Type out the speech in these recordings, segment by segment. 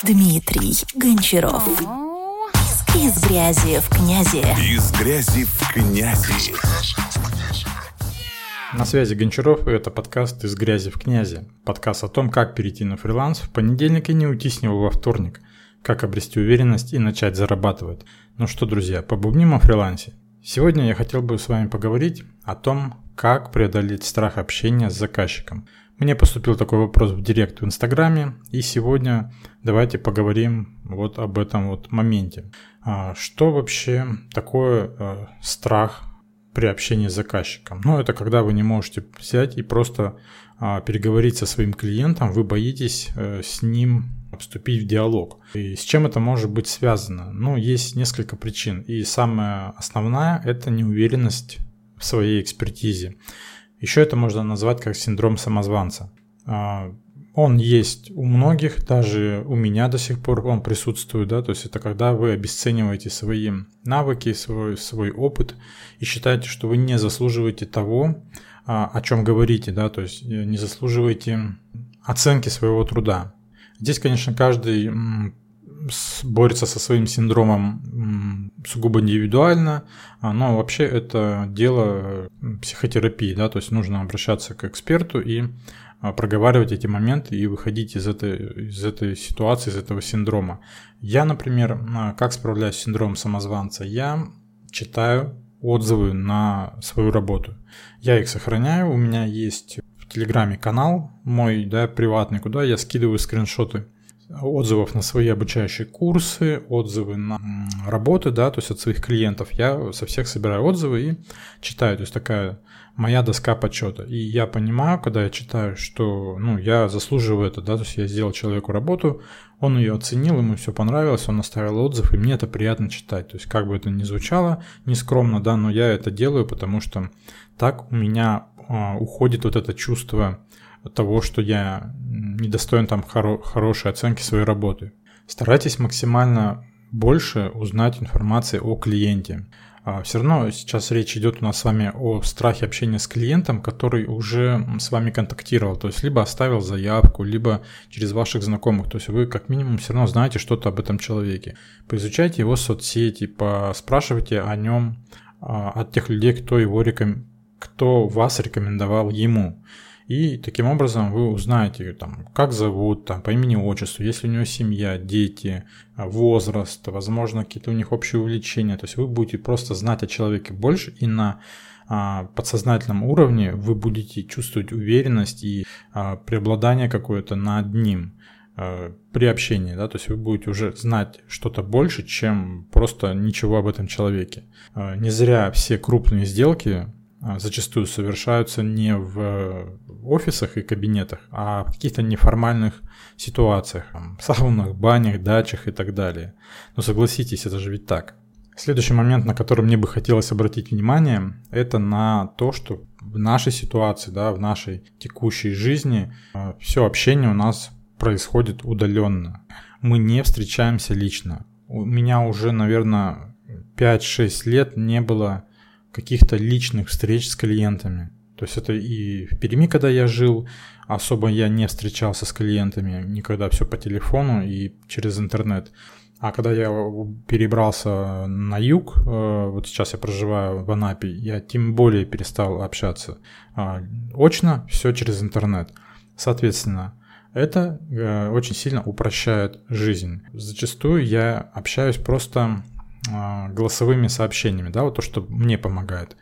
Дмитрий Гончаров. Из грязи в князи. Из грязи в князи. На связи Гончаров, и это подкаст «Из грязи в князи». Подкаст о том, как перейти на фриланс в понедельник и не уйти с него во вторник. Как обрести уверенность и начать зарабатывать. Ну что, друзья, побубним о фрилансе. Сегодня я хотел бы с вами поговорить о том, как преодолеть страх общения с заказчиком. Мне поступил такой вопрос в директ в Инстаграме, и сегодня давайте поговорим об этом моменте. Что вообще такое страх при общении с заказчиком? Это когда вы не можете взять и просто переговорить со своим клиентом, вы боитесь с ним вступить в диалог. И с чем это может быть связано? Есть несколько причин, и самая основная – это неуверенность в своей экспертизе. Еще это можно назвать как синдром самозванца. Он есть у многих, даже у меня до сих пор он присутствует, да, то есть это когда вы обесцениваете свои навыки, свой опыт и считаете, что вы не заслуживаете того, о чем говорите, да, то есть не заслуживаете оценки своего труда. Здесь, конечно, каждый борется со своим синдромом сугубо индивидуально, но вообще это дело психотерапии, да, то есть нужно обращаться к эксперту и проговаривать эти моменты и выходить из этой ситуации, из этого синдрома. Я, например, как справляюсь с синдромом самозванца? Я читаю отзывы на свою работу. Я их сохраняю, у меня есть в Телеграме канал мой, да, приватный, куда я скидываю скриншоты отзывов на свои обучающие курсы, отзывы на работы, да, то есть от своих клиентов. Я со всех собираю отзывы и читаю, то есть такая моя доска почета. И я понимаю, когда я читаю, что я заслуживаю это, да, то есть я сделал человеку работу, он ее оценил, ему все понравилось, он оставил отзыв, и мне это приятно читать. То есть как бы это ни звучало нескромно, да, но я это делаю, потому что так у меня уходит это чувство того, что я недостоин там хорошей оценки своей работы. Старайтесь максимально больше узнать информации о клиенте. Все равно сейчас речь идет у нас с вами о страхе общения с клиентом, который уже с вами контактировал, то есть либо оставил заявку, либо через ваших знакомых, то есть вы как минимум все равно знаете что-то об этом человеке. Поизучайте его соцсети, поспрашивайте о нем от тех людей, кто вас рекомендовал ему. И таким образом вы узнаете, как зовут, по имени-отчеству, есть ли у него семья, дети, возраст, возможно, какие-то у них общие увлечения. То есть вы будете просто знать о человеке больше, и на подсознательном уровне вы будете чувствовать уверенность и преобладание какое-то над ним при общении. Да? То есть вы будете уже знать что-то больше, чем просто ничего об этом человеке. Не зря все крупные сделки зачастую совершаются не в офисах и кабинетах, а в каких-то неформальных ситуациях, саунах, банях, дачах и так далее. Но согласитесь, это же ведь так. Следующий момент, на который мне бы хотелось обратить внимание, это на то, что в нашей ситуации, да, в нашей текущей жизни все общение у нас происходит удаленно. Мы не встречаемся лично. У меня уже, наверное, 5-6 лет не было каких-то личных встреч с клиентами. То есть это и в Перми, когда я жил, особо я не встречался с клиентами, никогда, все по телефону и через интернет. А когда я перебрался на юг, вот сейчас я проживаю в Анапе, я тем более перестал общаться. Очно все через интернет. Соответственно, это очень сильно упрощает жизнь. Зачастую я общаюсь просто голосовыми сообщениями, да, то, что мне помогает.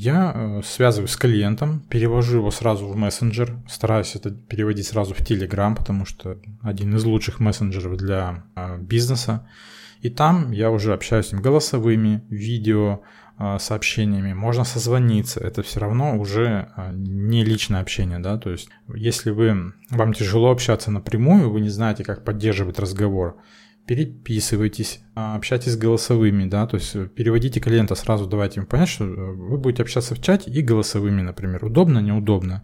Я связываюсь с клиентом, перевожу его сразу в мессенджер, стараюсь это переводить сразу в Telegram, потому что один из лучших мессенджеров для бизнеса. И там я уже общаюсь с ним голосовыми, видео, сообщениями, можно созвониться, это все равно уже не личное общение, да, то есть если вам тяжело общаться напрямую, вы не знаете, как поддерживать разговор, переписывайтесь, общайтесь с голосовыми, да, то есть переводите клиента сразу, давайте ему понять, что вы будете общаться в чате и голосовыми, например, удобно, неудобно.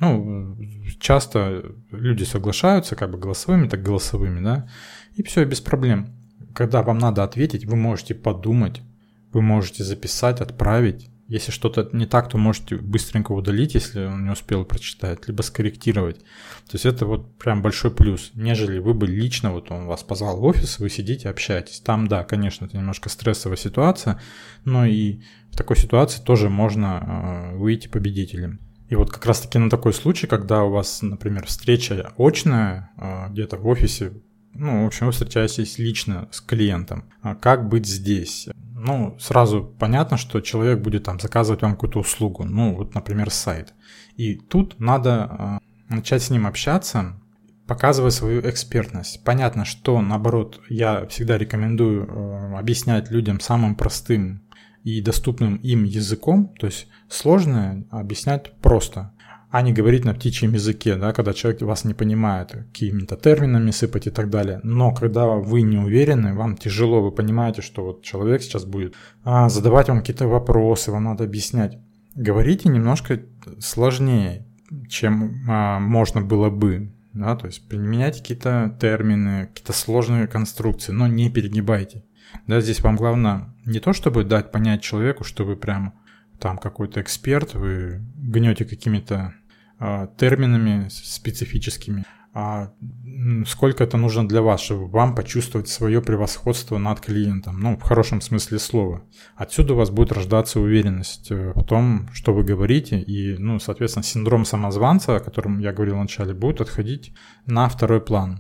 Часто люди соглашаются как бы голосовыми, так голосовыми, да, и все, без проблем. Когда вам надо ответить, вы можете подумать, вы можете записать, отправить, Если что-то не так, то можете быстренько удалить, если он не успел прочитать, либо скорректировать. То есть это вот прям большой плюс, нежели вы бы лично, вот он вас позвал в офис, вы сидите, общаетесь. Там, да, конечно, это немножко стрессовая ситуация, но и в такой ситуации тоже можно выйти победителем. И вот как раз-таки на такой случай, когда у вас, например, встреча очная где-то в офисе, в общем, вы встречаетесь лично с клиентом. Как быть здесь? Сразу понятно, что человек будет там заказывать вам какую-то услугу, например, сайт. И тут надо начать с ним общаться, показывая свою экспертность. Понятно, что, наоборот, я всегда рекомендую объяснять людям самым простым и доступным им языком, то есть сложное объяснять просто, а не говорить на птичьем языке, да, когда человек вас не понимает, какими-то терминами сыпать и так далее. Но когда вы не уверены, вам тяжело, вы понимаете, что вот человек сейчас будет задавать вам какие-то вопросы, вам надо объяснять. Говорите немножко сложнее, чем можно было бы. Да, то есть применяйте какие-то термины, какие-то сложные конструкции, но не перегибайте. Да, здесь вам главное не то, чтобы дать понять человеку, что вы прям там какой-то эксперт, вы гнете какими-то терминами специфическими, а сколько это нужно для вас, чтобы вам почувствовать свое превосходство над клиентом, в хорошем смысле слова. Отсюда у вас будет рождаться уверенность в том, что вы говорите, и, соответственно, синдром самозванца, о котором я говорил вначале, будет отходить на второй план.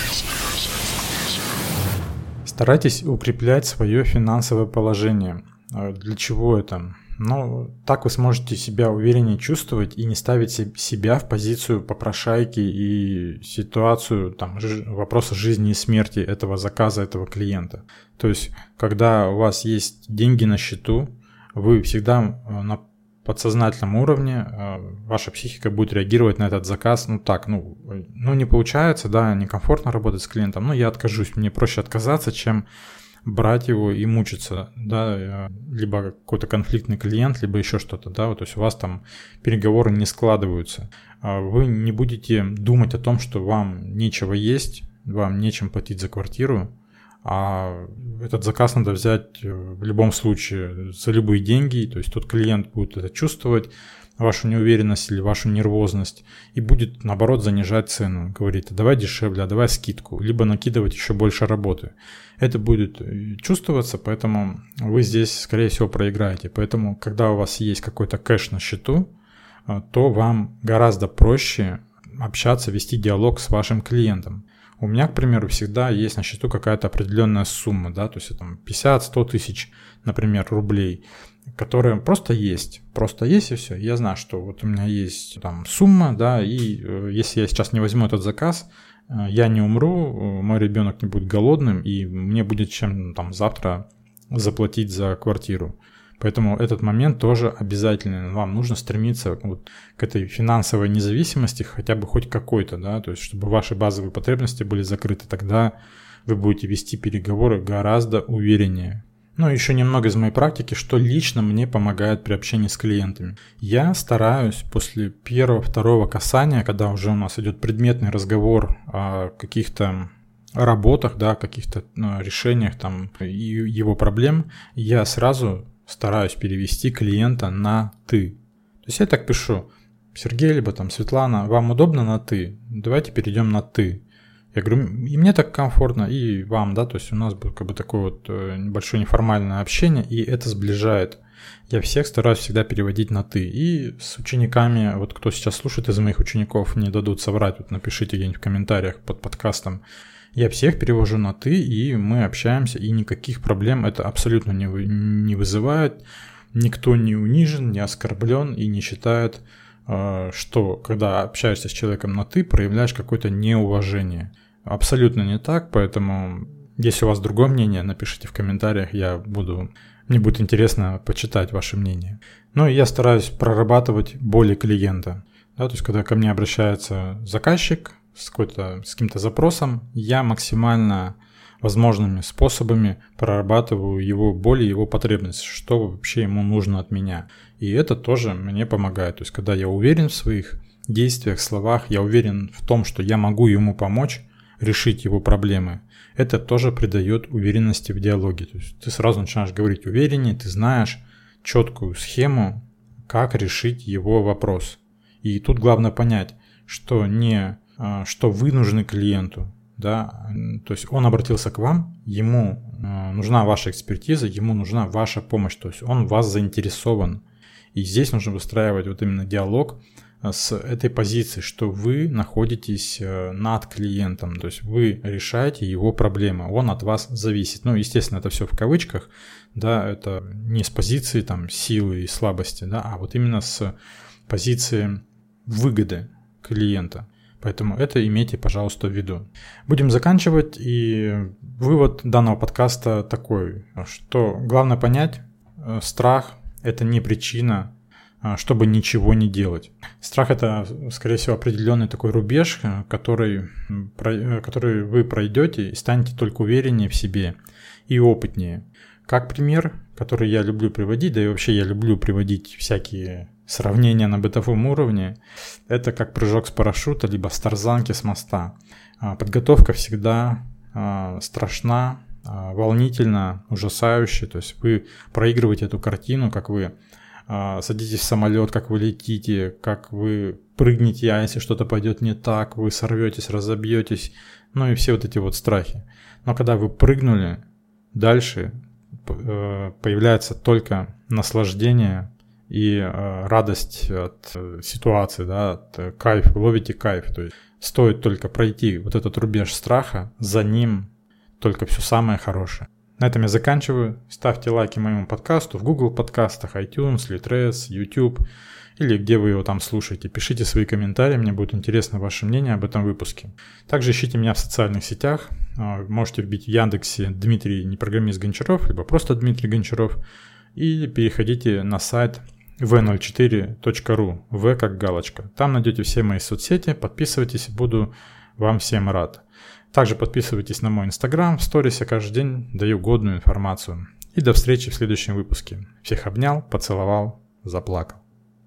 Старайтесь укреплять свое финансовое положение. Для чего это? Так вы сможете себя увереннее чувствовать и не ставить себя в позицию попрошайки и ситуацию вопроса жизни и смерти этого заказа, этого клиента. То есть, когда у вас есть деньги на счету, вы всегда на подсознательном уровне, ваша психика будет реагировать на этот заказ, не получается, да, некомфортно работать с клиентом, я откажусь, мне проще отказаться, чем брать его и мучиться, да, либо какой-то конфликтный клиент, либо еще что-то, да, то есть у вас там переговоры не складываются. Вы не будете думать о том, что вам нечего есть, вам нечем платить за квартиру, а этот заказ надо взять в любом случае за любые деньги, то есть тот клиент будет это чувствовать, вашу неуверенность или вашу нервозность, и будет, наоборот, занижать цену. Говорит, давай дешевле, давай скидку, либо накидывать еще больше работы. Это будет чувствоваться, поэтому вы здесь, скорее всего, проиграете. Поэтому, когда у вас есть какой-то кэш на счету, то вам гораздо проще общаться, вести диалог с вашим клиентом. У меня, к примеру, всегда есть на счету какая-то определенная сумма, да, то есть это 50-100 тысяч, например, рублей, которая просто есть и все. Я знаю, что вот у меня есть там сумма, да, и если я сейчас не возьму этот заказ, я не умру, мой ребенок не будет голодным, и мне будет чем завтра заплатить за квартиру. Поэтому этот момент тоже обязательный. Вам нужно стремиться к этой финансовой независимости, хотя бы хоть какой-то, да, то есть чтобы ваши базовые потребности были закрыты, тогда вы будете вести переговоры гораздо увереннее. Еще немного из моей практики, что лично мне помогает при общении с клиентами. Я стараюсь после первого-второго касания, когда уже у нас идет предметный разговор о каких-то работах, да, каких-то решениях и его проблем, я сразу стараюсь перевести клиента на «ты». То есть я так пишу: Сергей, либо Светлана, вам удобно на «ты»? Давайте перейдем на «ты». Я говорю, и мне так комфортно, и вам, да, то есть у нас будет такое небольшое неформальное общение, и это сближает. Я всех стараюсь всегда переводить на «ты». И с учениками, кто сейчас слушает из моих учеников, не дадут соврать, напишите где-нибудь в комментариях под подкастом. Я всех перевожу на «ты», и мы общаемся, и никаких проблем это абсолютно не вызывает. Никто не унижен, не оскорблен и не считает, что когда общаешься с человеком на «ты», проявляешь какое-то неуважение. Абсолютно не так, поэтому если у вас другое мнение, напишите в комментариях, мне будет интересно почитать ваше мнение. И я стараюсь прорабатывать боли клиента. Да, то есть когда ко мне обращается заказчик с каким-то запросом, я максимально возможными способами прорабатываю его боли, его потребности, что вообще ему нужно от меня. И это тоже мне помогает. То есть когда я уверен в своих действиях, словах, я уверен в том, что я могу ему помочь решить его проблемы, это тоже придает уверенности в диалоге. То есть ты сразу начинаешь говорить увереннее, ты знаешь, четкую схему, как решить его вопрос. И тут главное понять, что что вы нужны клиенту, да, то есть он обратился к вам, ему нужна ваша экспертиза, ему нужна ваша помощь, то есть он в вас заинтересован. И здесь нужно выстраивать вот именно диалог с этой позиции, что вы находитесь над клиентом, то есть вы решаете его проблемы, он от вас зависит. Ну, естественно, это все в кавычках, да, это не с позиции там силы и слабости, да, а вот именно с позиции выгоды клиента. Поэтому это имейте, пожалуйста, в виду. Будем заканчивать, и вывод данного подкаста такой, что главное понять, страх – это не причина, чтобы ничего не делать. Страх – это, скорее всего, определенный такой рубеж, который вы пройдете и станете только увереннее в себе и опытнее. Как пример, который я люблю приводить, да и вообще я люблю приводить всякие сравнения на бытовом уровне, это как прыжок с парашюта, либо с тарзанки с моста. Подготовка всегда страшна, волнительна, ужасающая. То есть вы проигрываете эту картину, как вы садитесь в самолет, как вы летите, как вы прыгнете, а если что-то пойдет не так, вы сорветесь, разобьетесь, ну и все вот эти вот страхи. Но когда вы прыгнули, дальше появляется только наслаждение и радость от ситуации, да, от кайф, вы ловите кайф. То есть стоит только пройти вот этот рубеж страха, за ним только все самое хорошее. На этом я заканчиваю. Ставьте лайки моему подкасту в Google подкастах, iTunes, Litres, YouTube или где вы его там слушаете. Пишите свои комментарии, мне будет интересно ваше мнение об этом выпуске. Также ищите меня в социальных сетях. Можете вбить в Яндексе Дмитрий непрограммист Гончаров, либо просто Дмитрий Гончаров. И переходите на сайт v04.ru, v как галочка. Там найдете все мои соцсети, подписывайтесь, буду вам всем рад. Также подписывайтесь на мой Инстаграм, в сторис я каждый день даю годную информацию. И до встречи в следующем выпуске. Всех обнял, поцеловал, заплакал.